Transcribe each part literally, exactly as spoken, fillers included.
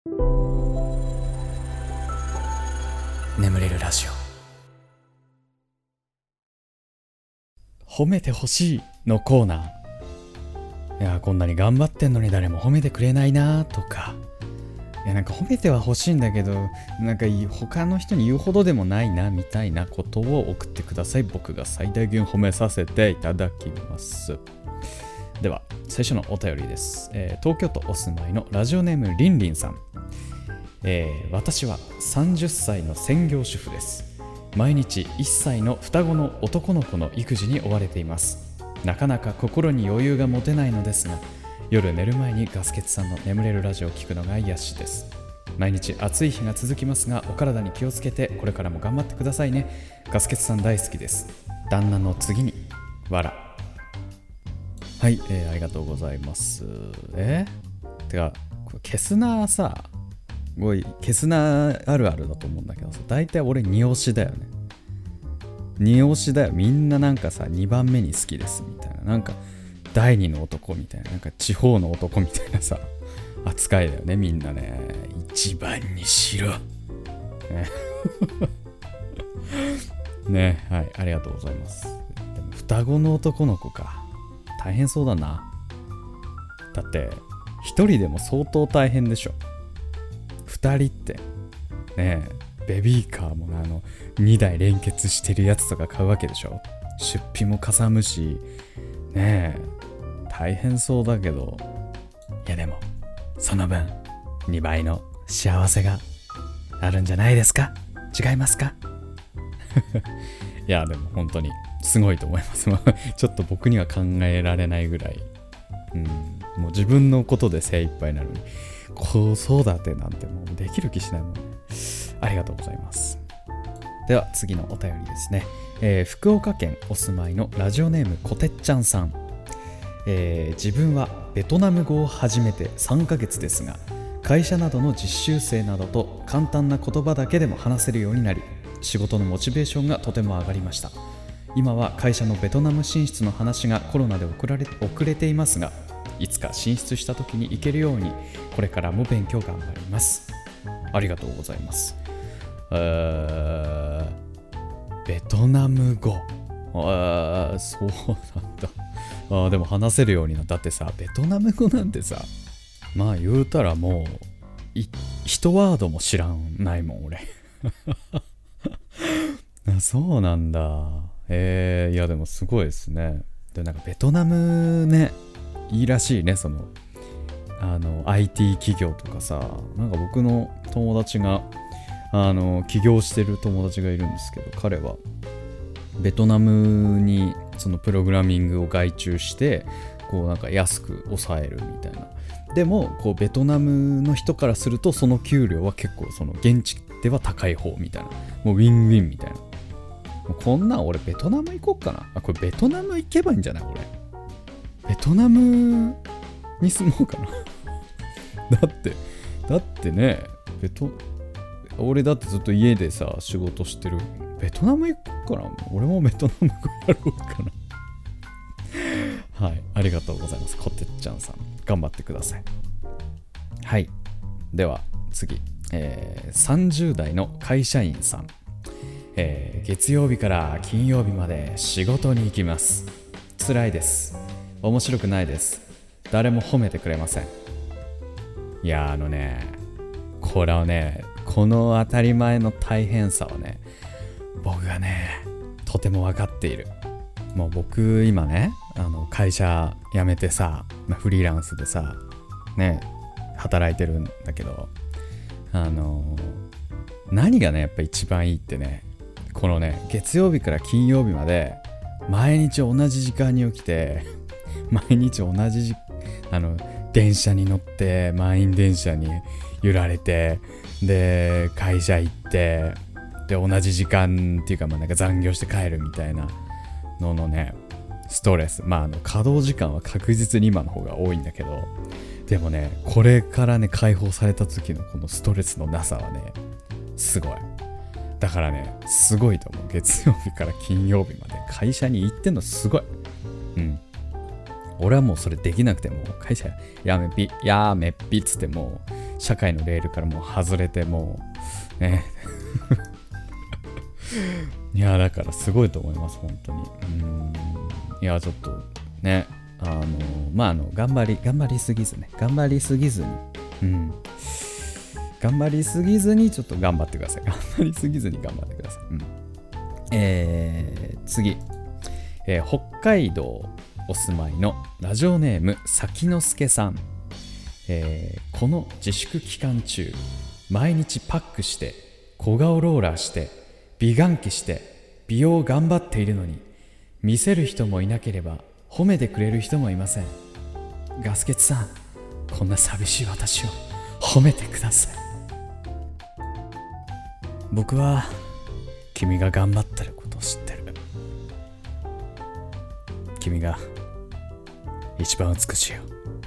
眠れるラジオ。褒めてほしいのコーナー。いやこんなに頑張ってんのに誰も褒めてくれないなとか、いやなんか褒めては欲しいんだけどなんか他の人に言うほどでもないなみたいなことを送ってください。僕が最大限褒めさせていただきます。では最初のお便りです、えー、東京都お住まいのラジオネームりんりんさん。えー、私はさんじゅっさいの専業主婦です。毎日いっさいの双子の男の子の育児に追われています。なかなか心に余裕が持てないのですが、夜寝る前にガスケツさんの眠れるラジオを聞くのが癒しです。毎日暑い日が続きますが、お体に気をつけてこれからも頑張ってくださいね。ガスケツさん大好きです。旦那の次に笑。はい、えー、ありがとうございます。えてか消すなさ、すごい消すなあるあるだと思うんだけどさ、大体俺に推しだよね。に推しだよ。みんななんかさにばんめに好きですみたいな、なんかだいにの男みたいな、なんか地方の男みたいなさ扱いだよね。みんなね、一番にしろねね、はい、ありがとうございます。でも双子の男の子か、大変そうだな。だって一人でも相当大変でしょ。二人ってねえ、ベビーカーもあのにだい連結してるやつとか買うわけでしょ。出費もかさむしねえ、大変そうだけど、いやでもその分にばいの幸せがあるんじゃないですか。違いますかいやでも本当にすごいと思いますちょっと僕には考えられないぐらい、うん、もう自分のことで精一杯なのに子育てなんてもうできる気しないもんね。ありがとうございます。では次のお便りですね、えー、福岡県お住まいのラジオネームこてっちゃんさん。えー、自分はベトナム語を始めてさんかげつですが、会社などの実習生などと簡単な言葉だけでも話せるようになり、仕事のモチベーションがとても上がりました。今は会社のベトナム進出の話がコロナで遅られ遅れていますが、いつか進出した時に行けるようにこれからも勉強頑張ります。ありがとうございます。ベトナム語、あそうなんだ。あでも話せるようになった。だってさ、ベトナム語なんてさ、まあ言うたらもう一ワードも知らないもん俺そうなんだ。えー、いやでもすごいですね。でなんかベトナムね、いいらしいね。そのあの アイティー 企業とかさ、なんか僕の友達があの起業してる友達がいるんですけど、彼はベトナムにそのプログラミングを外注してこうなんか安く抑えるみたいな。でもこうベトナムの人からするとその給料は結構その現地では高い方みたいな、もうウィンウィンみたいな。もうこんなん俺ベトナム行こうかな。あこれベトナム行けばいいんじゃない俺。ベトナムに住もうかなだってだってね、ベト俺だってずっと家でさ仕事してる。ベトナム行こうかな。俺もベトナム語やろうかなはい、ありがとうございます。こてっちゃんさん頑張ってください。はい、では次、えー、さんじゅう代の会社員さん。えー、月曜日から金曜日まで仕事に行きます。辛いです。面白くないです。誰も褒めてくれません。いやあのね、これはね、この当たり前の大変さをね、僕がねとても分かっている。もう僕今ね、あの会社辞めてさ、まあ、フリーランスでさね働いてるんだけど、あの何がねやっぱ一番いいってね、このね月曜日から金曜日まで毎日同じ時間に起きて毎日同じじあの電車に乗って満員電車に揺られて、で会社行ってで同じ時間っていうか、まあなんか残業して帰るみたいなののねストレス。まああの稼働時間は確実に今の方が多いんだけど、でもねこれからね解放された時のこのストレスのなさはねすごい。だからねすごいと思う。月曜日から金曜日まで会社に行ってんのすごい。うん。俺はもうそれできなくても会社やめっぴやめっぴっつっても社会のレールからもう外れてもうねいやだからすごいと思います本当に。うーんいやちょっとねあのまああの頑張り頑張りすぎずね頑張りすぎずにうん頑張りすぎずにちょっと頑張ってください。頑張りすぎずに頑張ってください。うん、えー、次、えー、北海道お住まいのラジオネーム先之助さん、えー、この自粛期間中毎日パックして小顔ローラーして美顔器して美容頑張っているのに見せる人もいなければ褒めてくれる人もいません。ガスケツさんこんな寂しい私を褒めてください。僕は君が頑張ってることを知ってる。君が一番美しいよ。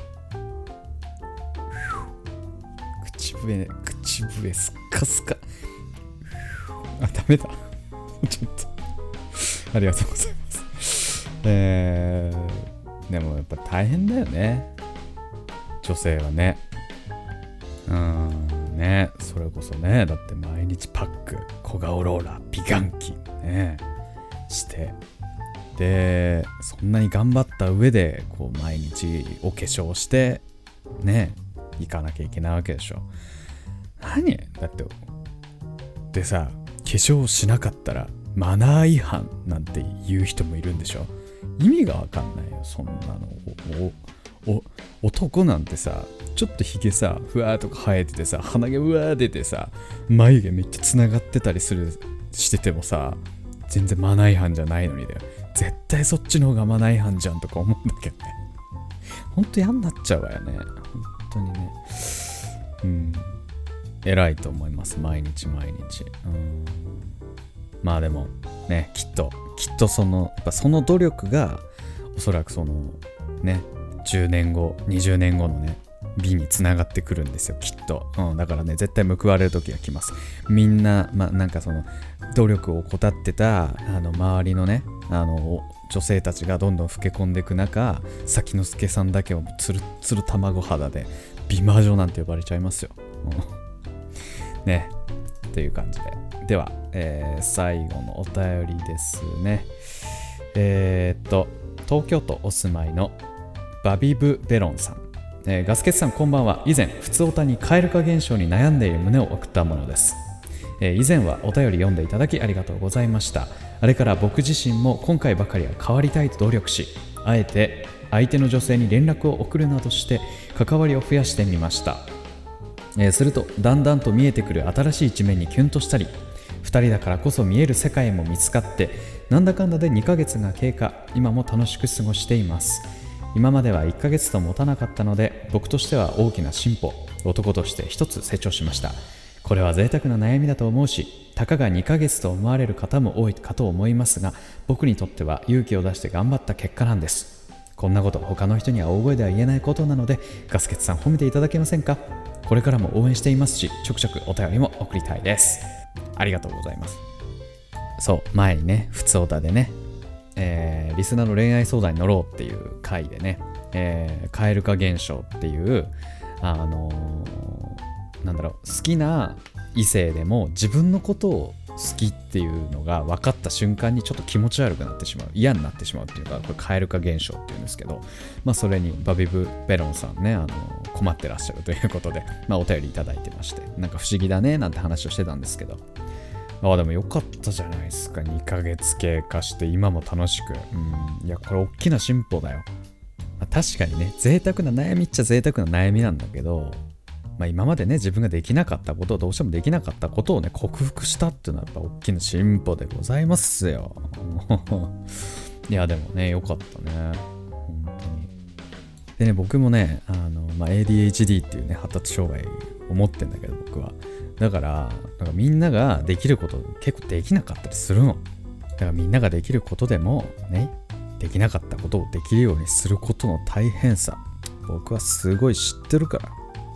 口笛口笛スッカスカ。あダメだちょっとありがとうございます。えー、でもやっぱ大変だよね女性はね。うんねそれこそねだって毎日パック小顔ローラー美顔器ねしてでそんなに頑張った上でこう毎日お化粧してね行かなきゃいけないわけでしょ。何だってでさ化粧しなかったらマナー違反なんて言う人もいるんでしょ。意味がわかんないよそんなの。おお男なんてさちょっとひげさふわーとか生えててさ鼻毛うわー出てさ眉毛めっちゃつながってたりするしててもさ全然マナー違反じゃないのにだよ。絶対そっちの方がマナー違反じゃんとか思うんだけどね。ほんと嫌になっちゃうわよね本当にね。うん偉いと思います毎日毎日。うんまあでもねきっときっとそのやっぱその努力がおそらくそのねじゅうねんごにじゅうねんごのね美につながってくるんですよきっと、うん、だからね絶対報われる時が来ます。みんなまあなんかその努力を怠ってたあの周りのねあの女性たちがどんどん老け込んでいく中先之助さんだけはつるつる卵肌で美魔女なんて呼ばれちゃいますよ、うん、ねっていう感じででは、えー、最後のお便りですね。えー、っと東京都お住まいのバビブベロンさん、えー、ガスケツさんこんばんは。以前ふつおたに蛙化現象に悩んでいる旨を送ったものです、えー、以前はお便り読んでいただきありがとうございました。あれから僕自身も今回ばかりは変わりたいと努力しあえて相手の女性に連絡を送るなどして関わりを増やしてみました、えー、するとだんだんと見えてくる新しい一面にキュンとしたりふたりだからこそ見える世界も見つかってなんだかんだでにかげつが経過今も楽しく過ごしています。今まではいっかげつと持たなかったので僕としては大きな進歩男として一つ成長しました。これは贅沢な悩みだと思うしたかがにかげつと思われる方も多いかと思いますが僕にとっては勇気を出して頑張った結果なんです。こんなこと他の人には大声では言えないことなのでガスケツさん褒めていただけませんか。これからも応援していますしちょくちょくお便りも送りたいです。ありがとうございます。そう前にねふつおたでねえー、リスナーの恋愛相談に乗ろうっていう回でね、えー、蛙化現象っていうあのー、なんだろう好きな異性でも自分のことを好きっていうのが分かった瞬間にちょっと気持ち悪くなってしまう嫌になってしまうっていうのがこれ蛙化現象っていうんですけど、まあそれにバビブベロンさんね、あのー、困ってらっしゃるということで、まあお便りいただいてまして、なんか不思議だねなんて話をしてたんですけど、ああでもよかったじゃないですか。にかげつ経過して今も楽しく、うん、いやこれ大きな進歩だよ。まあ、確かにね贅沢な悩みっちゃ贅沢な悩みなんだけど、まあ、今までね自分ができなかったことをどうしてもできなかったことをね克服したっていうのはやっぱ大きな進歩でございますよいやでもねよかったね本当に。でね僕もねあの、まあ、エーディーエイチディー っていうね発達障害を持ってんだけど僕はだからなんかみんなができること結構できなかったりするの。だからみんなができることでもねできなかったことをできるようにすることの大変さ僕はすごい知ってるから。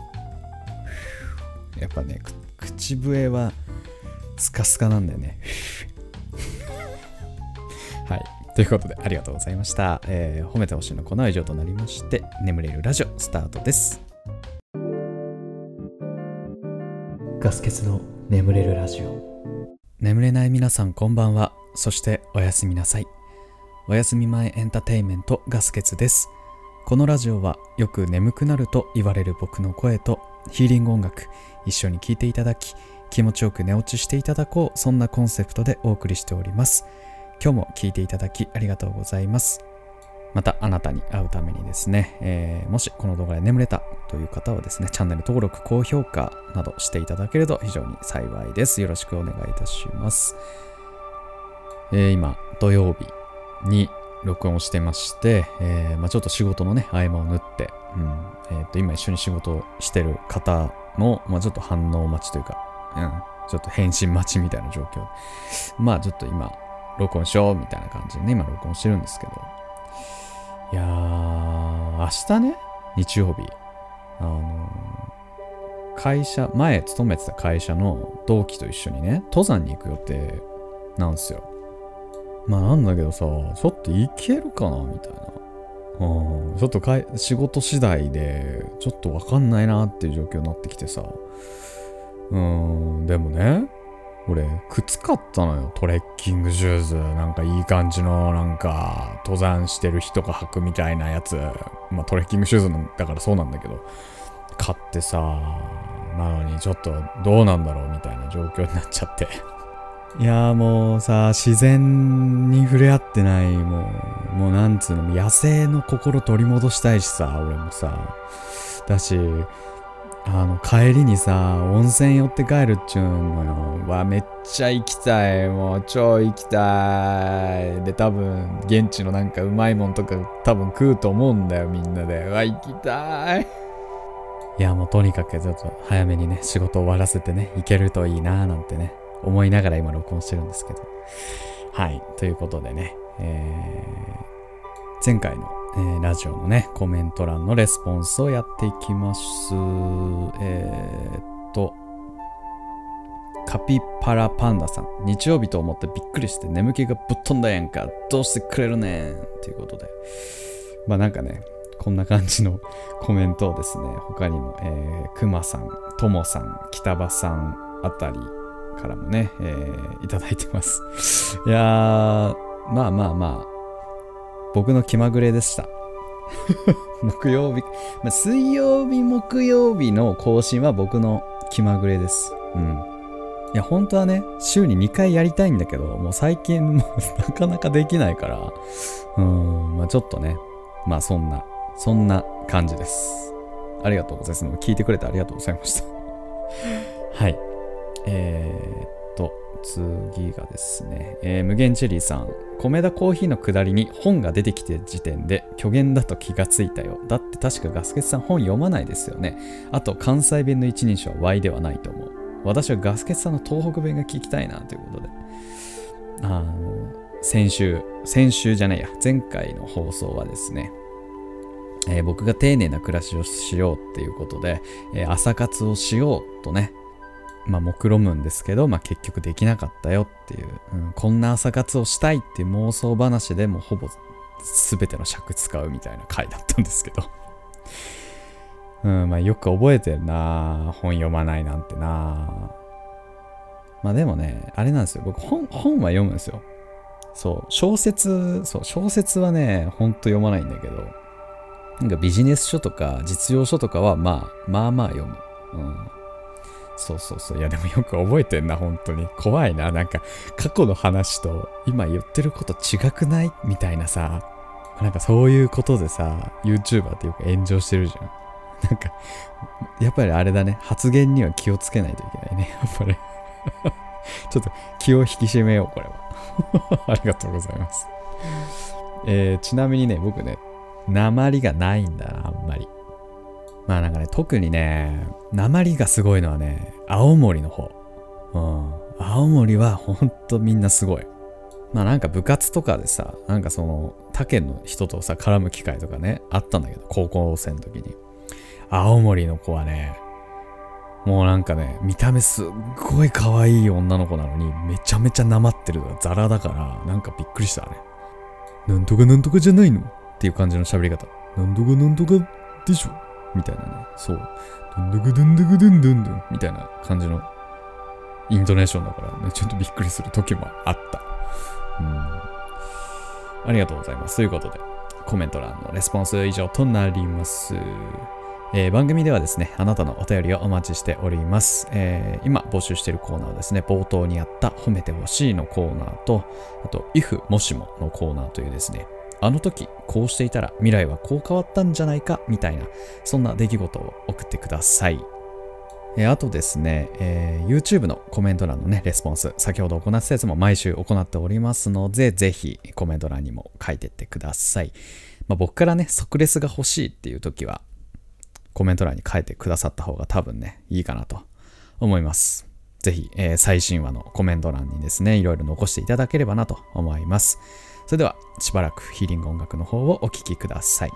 やっぱね口笛はスカスカなんだよねはいということでありがとうございました、えー、褒めてほしいのコーナーは以上となりまして眠れるラジオスタートです。 ガス欠の眠れるラジオ。 眠れない皆さんこんばんは。そしておやすみなさい。おやすみ前エンターテインメントガス欠です。このラジオはよく眠くなると言われる僕の声とヒーリング音楽一緒に聴いていただき、気持ちよく寝落ちしていただこう、そんなコンセプトでお送りしております。今日も聴いていただきありがとうございます。またあなたに会うためにですね、えー、もしこの動画で眠れたという方はですね、チャンネル登録、高評価などしていただけると非常に幸いです。よろしくお願いいたします。えー、今土曜日に録音してまして、えーまあ、ちょっと仕事のね合間を縫って、うんえー、と今一緒に仕事をしてる方の、まあ、ちょっと反応待ちというか、うん、ちょっと返信待ちみたいな状況、まあちょっと今録音しようみたいな感じでね、今録音してるんですけど、いやー、明日ね、日曜日、あのー、会社、前勤めてた会社の同期と一緒にね、登山に行く予定なんですよ。まあなんだけどさ、ちょっと行けるかなみたいな。うん、ちょっとかい仕事次第で、ちょっとわかんないなっていう状況になってきてさ。うん、でもね、俺、靴買ったのよ。トレッキングシューズ。なんかいい感じの、なんか、登山してる人が履くみたいなやつ。まあトレッキングシューズだからそうなんだけど。買ってさ、なのにちょっとどうなんだろうみたいな状況になっちゃって。いやーもうさ、自然に触れ合ってない、もう、もうなんつうの、野生の心取り戻したいしさ、俺もさ。だし、あの帰りにさ温泉寄って帰るっちゅうのよ。わめっちゃ行きたい、もう超行きたい。で多分現地のなんかうまいもんとか多分食うと思うんだよ、みんなで。うわ行きたい。いやもうとにかくちょっと早めにね仕事終わらせてね行けるといいなーなんてね思いながら今録音してるんですけど、はいということでね、えー、前回のえー、ラジオのねコメント欄のレスポンスをやっていきます。えー、っとカピパラパンダさん、日曜日と思ってびっくりして眠気がぶっ飛んだやんか、どうしてくれるねんということで、まあなんかねこんな感じのコメントをですね、他にも、えー、くまさん、ともさん、北場さんあたりからもね、えー、いただいてます。いやーまあまあまあ僕の気まぐれでした。木曜日、まあ、水曜日、木曜日の更新は僕の気まぐれです。うん。いや、本当はね、週ににかいやりたいんだけど、もう最近もうなかなかできないから、うん、まあちょっとね、まあそんな、そんな感じです。ありがとうございます。もう聞いてくれてありがとうございました。はい。えー、っと、次がですね、えー、無限チェリーさん、米田コーヒーの下りに本が出てきてる時点で虚言だと気がついたよ。だって確かガスケツさん本読まないですよね。あと関西弁の一人称は Y ではないと思う。私はガスケツさんの東北弁が聞きたいなということで、あの先週先週じゃないや前回の放送はですね、えー、僕が丁寧な暮らしをしようっていうことで、えー、朝活をしようとねまあ目論むんですけど、まあ結局できなかったよっていう、うん、こんな朝活をしたいっていう妄想話でもうほぼ全ての尺使うみたいな回だったんですけど、うん、まあよく覚えてるな、本読まないなんてな。まあでもね、あれなんですよ、僕本、本は読むんですよ。そう、小説、そう、小説はね、ほんと読まないんだけど、なんかビジネス書とか実用書とかはまあ、まあまあ読む。うんそうそうそう。いやでもよく覚えてんな、本当に。怖いな。なんか過去の話と今言ってること違くないみたいなさ。なんかそういうことでさ、YouTuber ってよく炎上してるじゃん。なんか、やっぱりあれだね。発言には気をつけないといけないね。やっぱり。ちょっと気を引き締めよう、これは。ありがとうございます。えー、ちなみにね、僕ね、訛りがないんだな、あんまり。まあなんかね、特にね、訛がすごいのはね、青森の方。うん。青森はほんとみんなすごい。まあなんか部活とかでさ、なんかその他県の人とさ、絡む機会とかね、あったんだけど、高校生の時に。青森の子はね、もうなんかね、見た目すっごい可愛い女の子なのに、めちゃめちゃなまってるのがザラだから、なんかびっくりしたね。なんとかなんとかじゃないのっていう感じの喋り方。なんとかなんとかでしょみたいなね。そう。どんどくどんどくどんどんどんみたいな感じのイントネーションだからね、ちょっとびっくりする時もあった。うん。ありがとうございます。ということで、コメント欄のレスポンス以上となります。えー、番組ではですね、あなたのお便りをお待ちしております。えー、今募集しているコーナーはですね、冒頭にあった褒めてほしいのコーナーと、あと、if もしものコーナーというですね、あの時こうしていたら未来はこう変わったんじゃないかみたいな、そんな出来事を送ってください。えー、あとですね、えー、YouTube のコメント欄のね、レスポンス、先ほど行ったやつも毎週行っておりますので、ぜひコメント欄にも書いてってください。まあ、僕からね、即レスが欲しいっていう時は、コメント欄に書いてくださった方が多分ね、いいかなと思います。ぜひ、えー、最新話のコメント欄にですね、いろいろ残していただければなと思います。それでは、しばらくヒーリング音楽の方をお聴きください。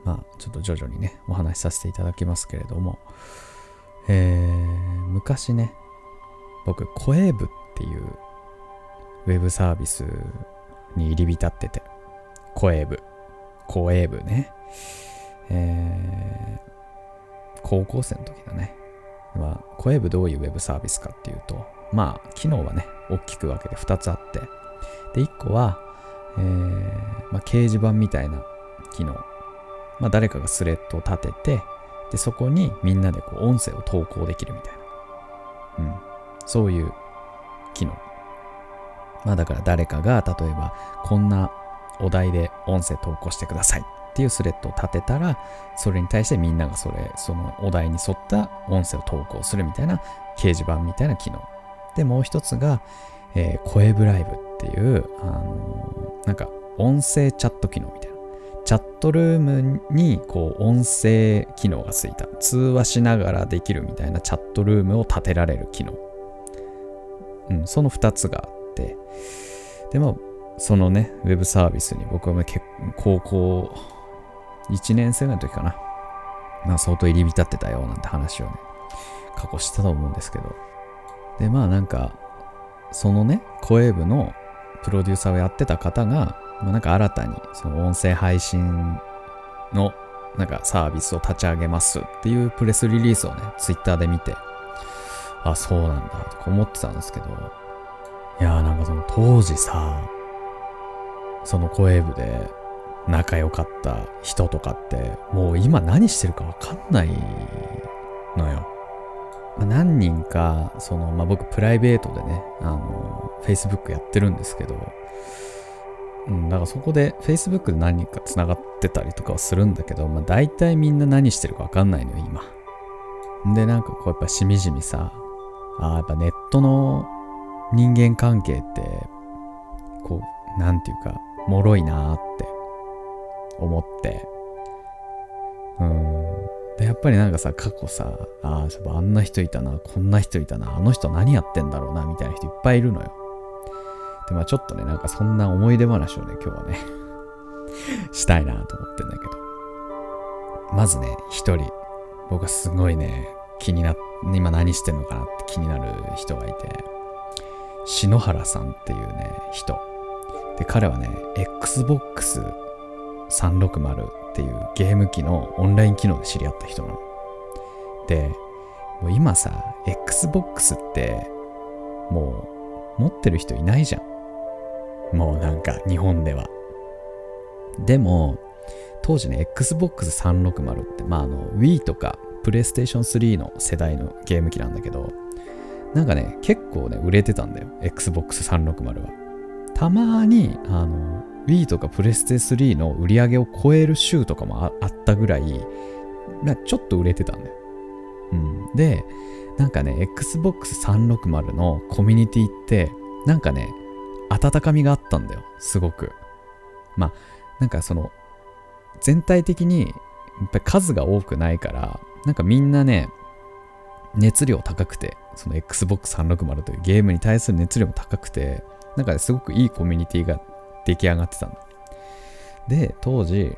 まあちょっと徐々にねお話しさせていただきますけれども、えー、昔ね僕コエーブっていうウェブサービスに入り浸ってて、コエーブコエーブね、えー、高校生の時だね。まあコエーブどういうウェブサービスかっていうと、まあ機能はね大きく分けてふたつあって、でいっこは、えーまあ、掲示板みたいな機能、まあ、誰かがスレッドを立てて、でそこにみんなでこう音声を投稿できるみたいな、うん、そういう機能。まあだから誰かが例えばこんなお題で音声投稿してくださいっていうスレッドを立てたら、それに対してみんながそれそのお題に沿った音声を投稿するみたいな掲示板みたいな機能で、もう一つが、えー、コエブライブっていう、あのー、なんか音声チャット機能みたいな、チャットルームにこう音声機能がついた、通話しながらできるみたいなチャットルームを立てられる機能、うん、そのふたつがあって、でまあそのねウェブサービスに僕は、ね、高校いちねん生の時かな、まあ相当入り浸ってたよなんて話をね過去したと思うんですけど、でまあなんかそのねコエーブのプロデューサーをやってた方が、まあ、なんか新たにその音声配信のなんかサービスを立ち上げますっていうプレスリリースをねツイッターで見て、あそうなんだとか思ってたんですけど、いやーなんかその当時さ、そのコエーブで仲良かった人とかってもう今何してるか分かんないのよ。まあ、何人かその、まあ、僕プライベートでねあの Facebook やってるんですけど、うん、だからそこで Facebook で何人かつながってたりとかはするんだけど、まあ、大体みんな何してるか分かんないのよ今で。なんかこうやっぱしみじみさ、あやっぱネットの人間関係ってこうなんていうか脆いなーって思って、うーんでやっぱりなんかさ過去さ、ああんな人いたな、こんな人いたな、あの人何やってんだろうなみたいな人いっぱいいるのよ。でまあちょっとねなんかそんな思い出話をね今日はねしたいなと思ってんだけど、まずね一人僕はすごいね気になっ今何してんのかなって気になる人がいて、篠原さんっていうね人で、彼はね エックスボックスさんびゃくろくじゅうっていうゲーム機のオンライン機能で知り合った人なので、もう今さ Xbox ってもう持ってる人いないじゃん、もうなんか日本では。でも当時ね エックスボックスさんびゃくろくじゅうってまああの Wii とかプレイステーションスリーの世代のゲーム機なんだけど、なんかね結構ね売れてたんだよ エックスボックスさんびゃくろくじゅうは。たまにあの Wii とかプレステスリーの売り上げを超える週とかも あ, あったぐらい、まあ、ちょっと売れてたんだよ、うん、でなんかね エックスボックスさんびゃくろくじゅうのコミュニティってなんかね温かみがあったんだよすごく。まあなんかその全体的にやっぱり数が多くないからなんかみんなね熱量高くて、その エックスボックスさんびゃくろくじゅうというゲームに対する熱量も高くて、なんかすごくいいコミュニティが出来上がってたので、当時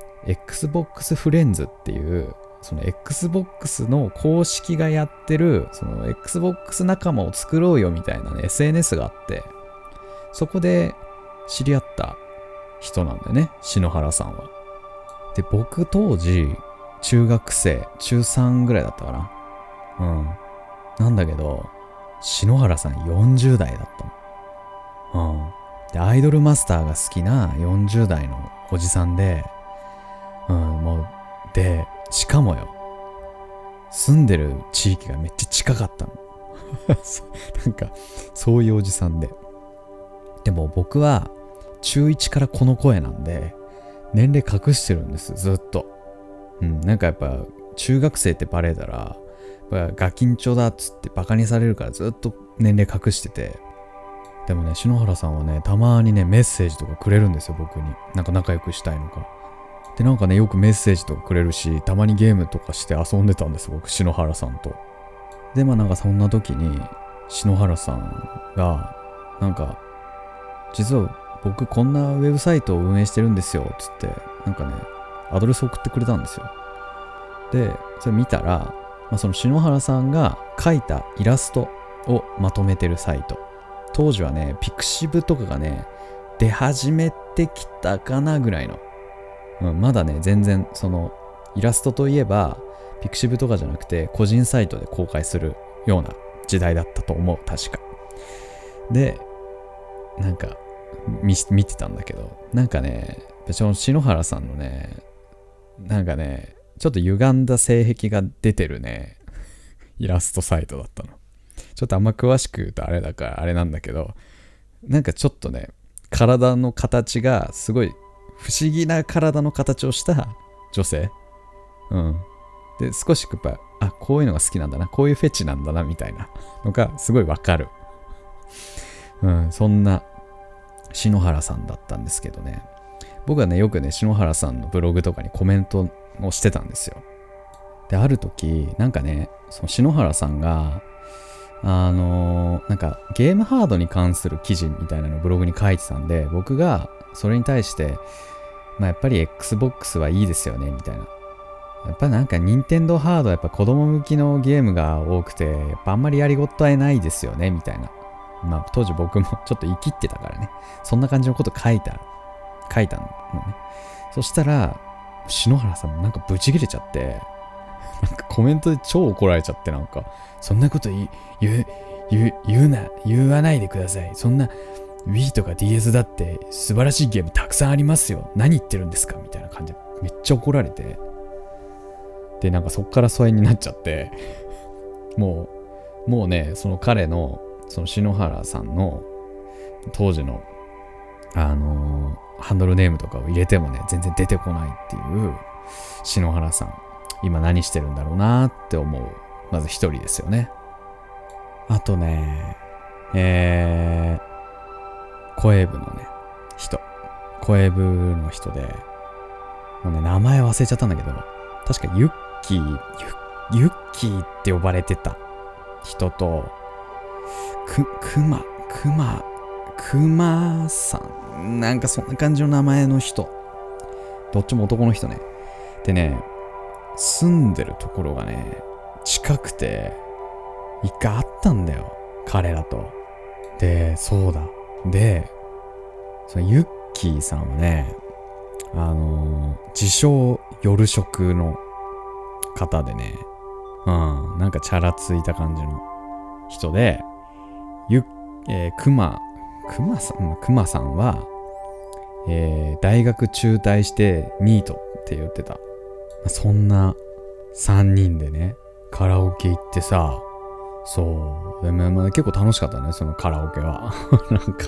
Xbox フレンズっていうその Xbox の公式がやってるその Xbox 仲間を作ろうよみたいなね エスエヌエス があって、そこで知り合った人なんだよね篠原さんは。で僕当時中学生中さんぐらいだったかな、うんなんだけど篠原さんよんじゅう代だったの。うんでアイドルマスターが好きなよんじゅう代のおじさんで、うんもうでしかもよ住んでる地域がめっちゃ近かったのなんかそういうおじさんで、でも僕は中いちからこの声なんで年齢隠してるんですずっと。うんなんかやっぱ中学生ってバレたらガキンチョだっつってバカにされるからずっと年齢隠してて、でもね篠原さんはねたまにねメッセージとかくれるんですよ僕に。なんか仲良くしたいのかで、なんかねよくメッセージとかくれるし、たまにゲームとかして遊んでたんです僕篠原さんと。でまあなんかそんな時に篠原さんがなんか実は僕こんなウェブサイトを運営してるんですよつってなんかねアドレス送ってくれたんですよ。でそれ見たら、まあ、その篠原さんが描いたイラストをまとめてるサイト。当時はねピクシブとかがね出始めてきたかなぐらいの、うん、まだね全然そのイラストといえばピクシブとかじゃなくて個人サイトで公開するような時代だったと思う、確か。でなんか 見, 見てたんだけど、なんかねその篠原さんのねなんかねちょっと歪んだ性癖が出てるねイラストサイトだったの。ちょっとあんま詳しく言うとあれだからあれなんだけど、なんかちょっとね体の形がすごい不思議な体の形をした女性、うんで少しやっぱあこういうのが好きなんだな、こういうフェチなんだなみたいなのがすごいわかる、うん、そんな篠原さんだったんですけどね、僕はねよくね篠原さんのブログとかにコメントをしてたんですよ。である時なんかねその篠原さんがあのー、なんかゲームハードに関する記事みたいなのをブログに書いてたんで、僕がそれに対してまあやっぱり Xbox はいいですよねみたいな、やっぱなんか任天堂ハードはやっぱ子供向きのゲームが多くてやっぱあんまりやりごたえないですよねみたいな、まあ当時僕もちょっと生きってたからねそんな感じのこと書いた書いたのね。そしたら篠原さんもなんかブチ切れちゃって、なんかコメントで超怒られちゃって、なんかそんなこと言う言う言う言うな言わないでください、そんな Wii とか ディーエス だって素晴らしいゲームたくさんありますよ、何言ってるんですかみたいな感じでめっちゃ怒られて、でなんかそっから疎遠になっちゃってもうもうねその彼のその篠原さんの当時のあのー、ハンドルネームとかを入れてもね全然出てこないっていう篠原さん、今何してるんだろうなって思うまず一人ですよね。あとねえー、コエブのね人コエブの人でもうね名前忘れちゃったんだけど、確かユッキーユユッキーって呼ばれてた人とくクマクマクマさん、なんかそんな感じの名前の人、どっちも男の人ね。でね住んでるところがね近くて一回あったんだよ彼らと。でそうだでそのユッキーさんはねあのー、自称夜食の方でね、うんなんかチャラついた感じの人で、ゆえー、クマクマさんクマさんは、えー、大学中退してニートって言ってた。そんなさんにんでねカラオケ行ってさ、そうで、まあ、まあ、結構楽しかったねそのカラオケはなんか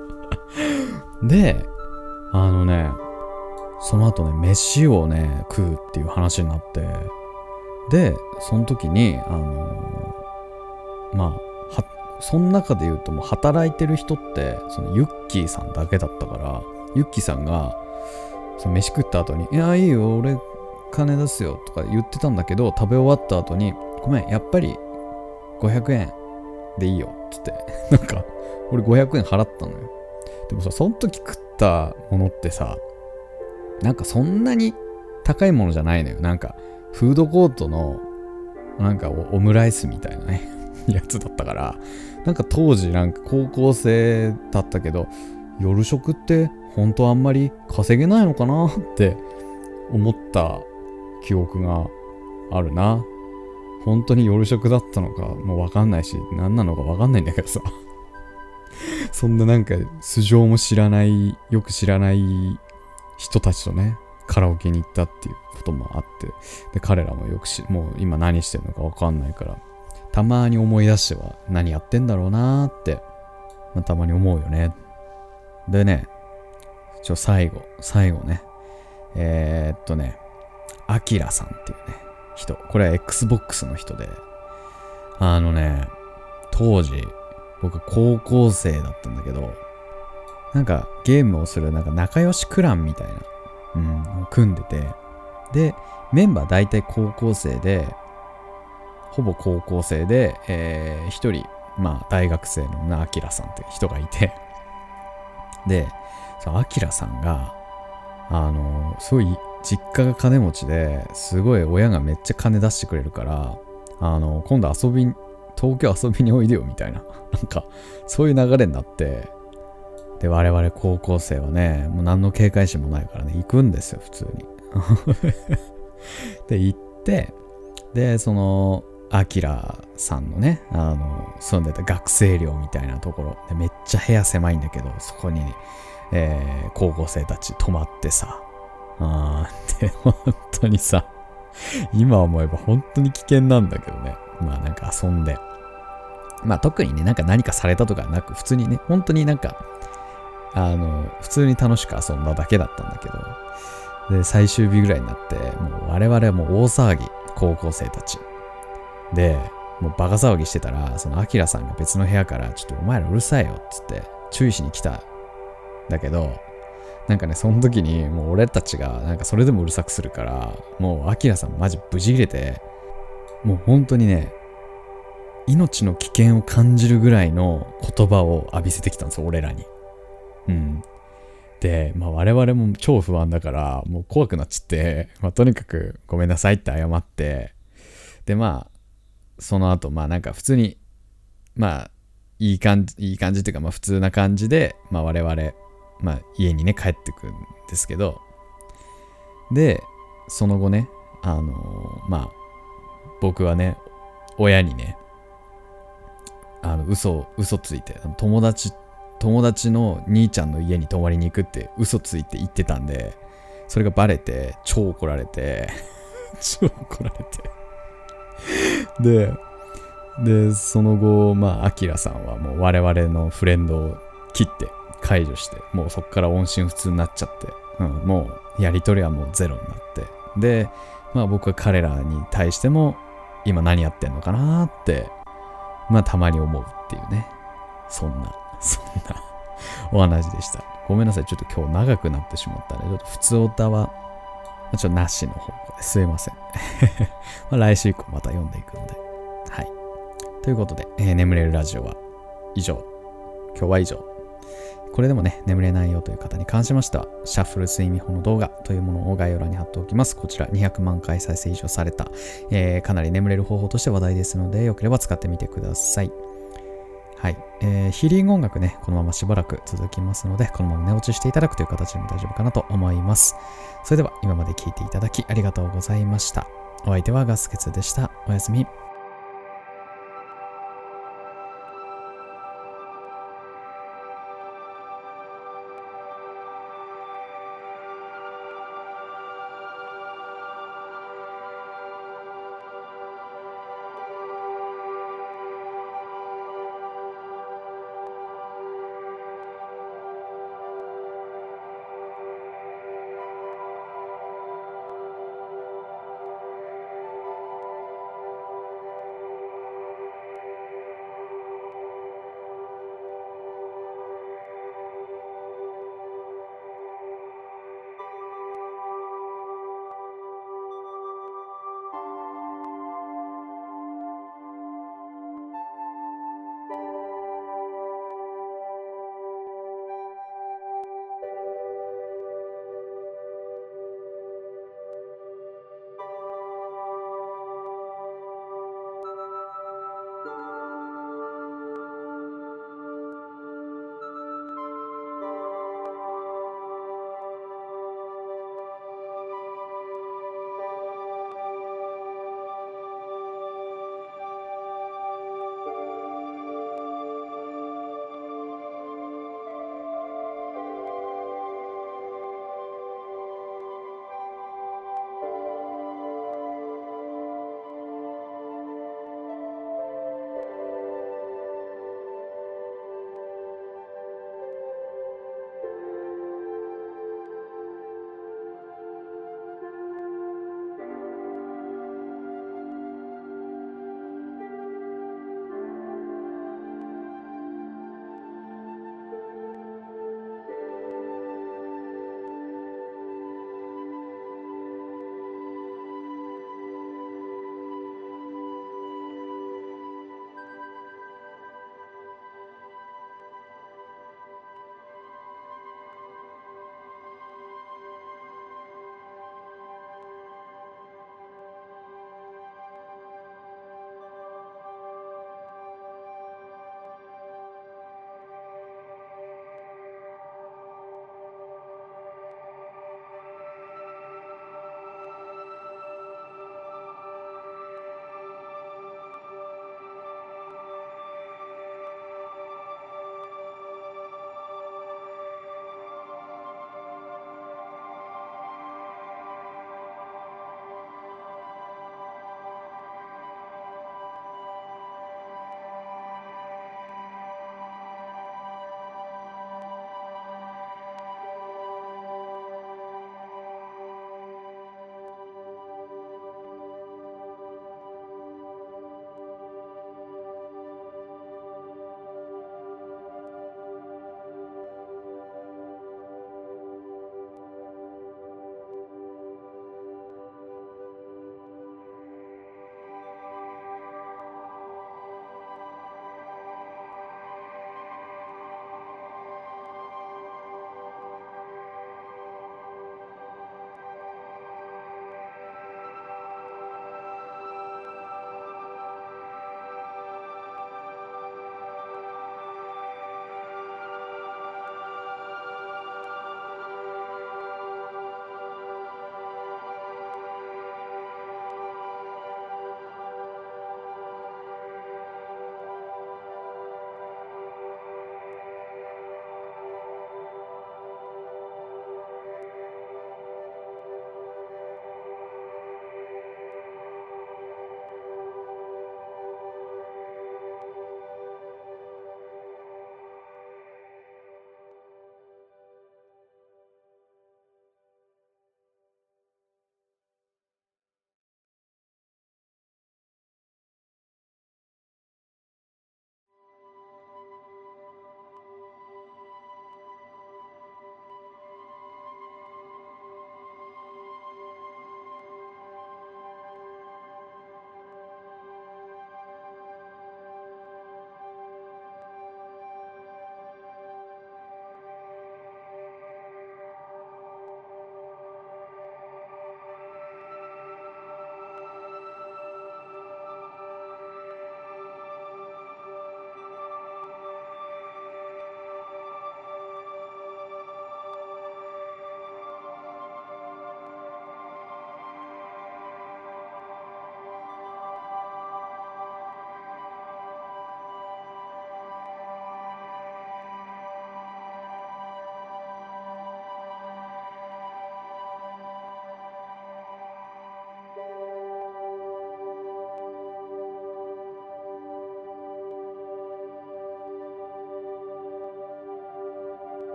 であのねその後ね飯をね食うっていう話になって、でその時にあのー、まあはその中で言うともう働いてる人ってそのユッキーさんだけだったから、ユッキーさんがその飯食った後にいやいいよ俺金出すよとか言ってたんだけど、食べ終わった後にごめんやっぱりごひゃくえんでいいよっつってなんか俺ごひゃくえん払ったのよ。でもさその時食ったものってさなんかそんなに高いものじゃないのよ。なんかフードコートのなんか オ, オムライスみたいなねやつだったから、なんか当時なんか高校生だったけど夜食って本当あんまり稼げないのかなって思った記憶があるな。本当に夜食だったのかもう分かんないし何なのか分かんないんだけどさそんななんか素性も知らないよく知らない人たちとねカラオケに行ったっていうこともあって、で彼らもよくしもう今何してるのか分かんないからたまに思い出しては何やってんだろうなーって、まあ、たまに思うよね。でねちょ最後最後ねえー、っとねアキラさんっていうね人、これは Xbox の人で、あのね当時僕高校生だったんだけど、なんかゲームをするなんか仲良しクランみたいな、うん、組んでて、でメンバー大体高校生でほぼ高校生で、えー、一人まあ大学生のなアキラさんって人がいて、でそのアキラさんがあのすごい実家が金持ちですごい親がめっちゃ金出してくれるから、あの今度遊び東京遊びにおいでよみたいななんかそういう流れになって、で我々高校生はねもう何の警戒心もないからね行くんですよ普通にで行って、でそのアキラさんのねあの住んでた学生寮みたいなところで、めっちゃ部屋狭いんだけど、そこに、えー、高校生たち泊まってさ、あーで本当にさ今思えば本当に危険なんだけどね、まあなんか遊んで、まあ特にねなんか何かされたとかなく、普通にね本当になんかあの普通に楽しく遊んだだけだったんだけど、で最終日ぐらいになってもう我々はもう大騒ぎ、高校生たちでもうバカ騒ぎしてたら、そのアキラさんが別の部屋からちょっとお前らうるさいよっつって注意しに来たんだけど、なんかねその時にもう俺たちがなんかそれでもうるさくするから、もうアキラさんマジブチ切れて、もう本当にね命の危険を感じるぐらいの言葉を浴びせてきたんですよ俺らに。うんで、まあ我々も超不安だからもう怖くなっちゃって、まあとにかくごめんなさいって謝って、でまあその後まあなんか普通にまあいい感じいい感じっていうかまあ普通な感じで、まあ我々まあ家にね帰ってくんですけど、でその後ねあのー、まあ僕はね親にねあの嘘嘘ついて、友達友達の兄ちゃんの家に泊まりに行くって嘘ついて行ってたんで、それがバレて超怒られて超怒られてででその後まあアキラさんはもう我々のフレンドを切って解除して、もうそっから音信不通になっちゃって、うん、もうやりとりはもうゼロになって、でまあ僕は彼らに対しても今何やってんのかなってまあたまに思うっていうね、そんなそんなお話でした。ごめんなさい、ちょっと今日長くなってしまったね。ちょっと普通オタはちょっとなしの方向ですいませんまあ来週以降また読んでいくので、はい、ということで、えー、眠れるラジオは以上、今日は以上。これでもね眠れないよという方に関しましては、シャッフル睡眠法の動画というものを概要欄に貼っておきます。こちらにひゃくまんかい再生以上された、えー、かなり眠れる方法として話題ですので、よければ使ってみてください。はい、えー、ヒーリング音楽ねこのまましばらく続きますので、このまま寝落ちしていただくという形でも大丈夫かなと思います。それでは今まで聞いていただきありがとうございました。お相手はガスケツでした。おやすみ。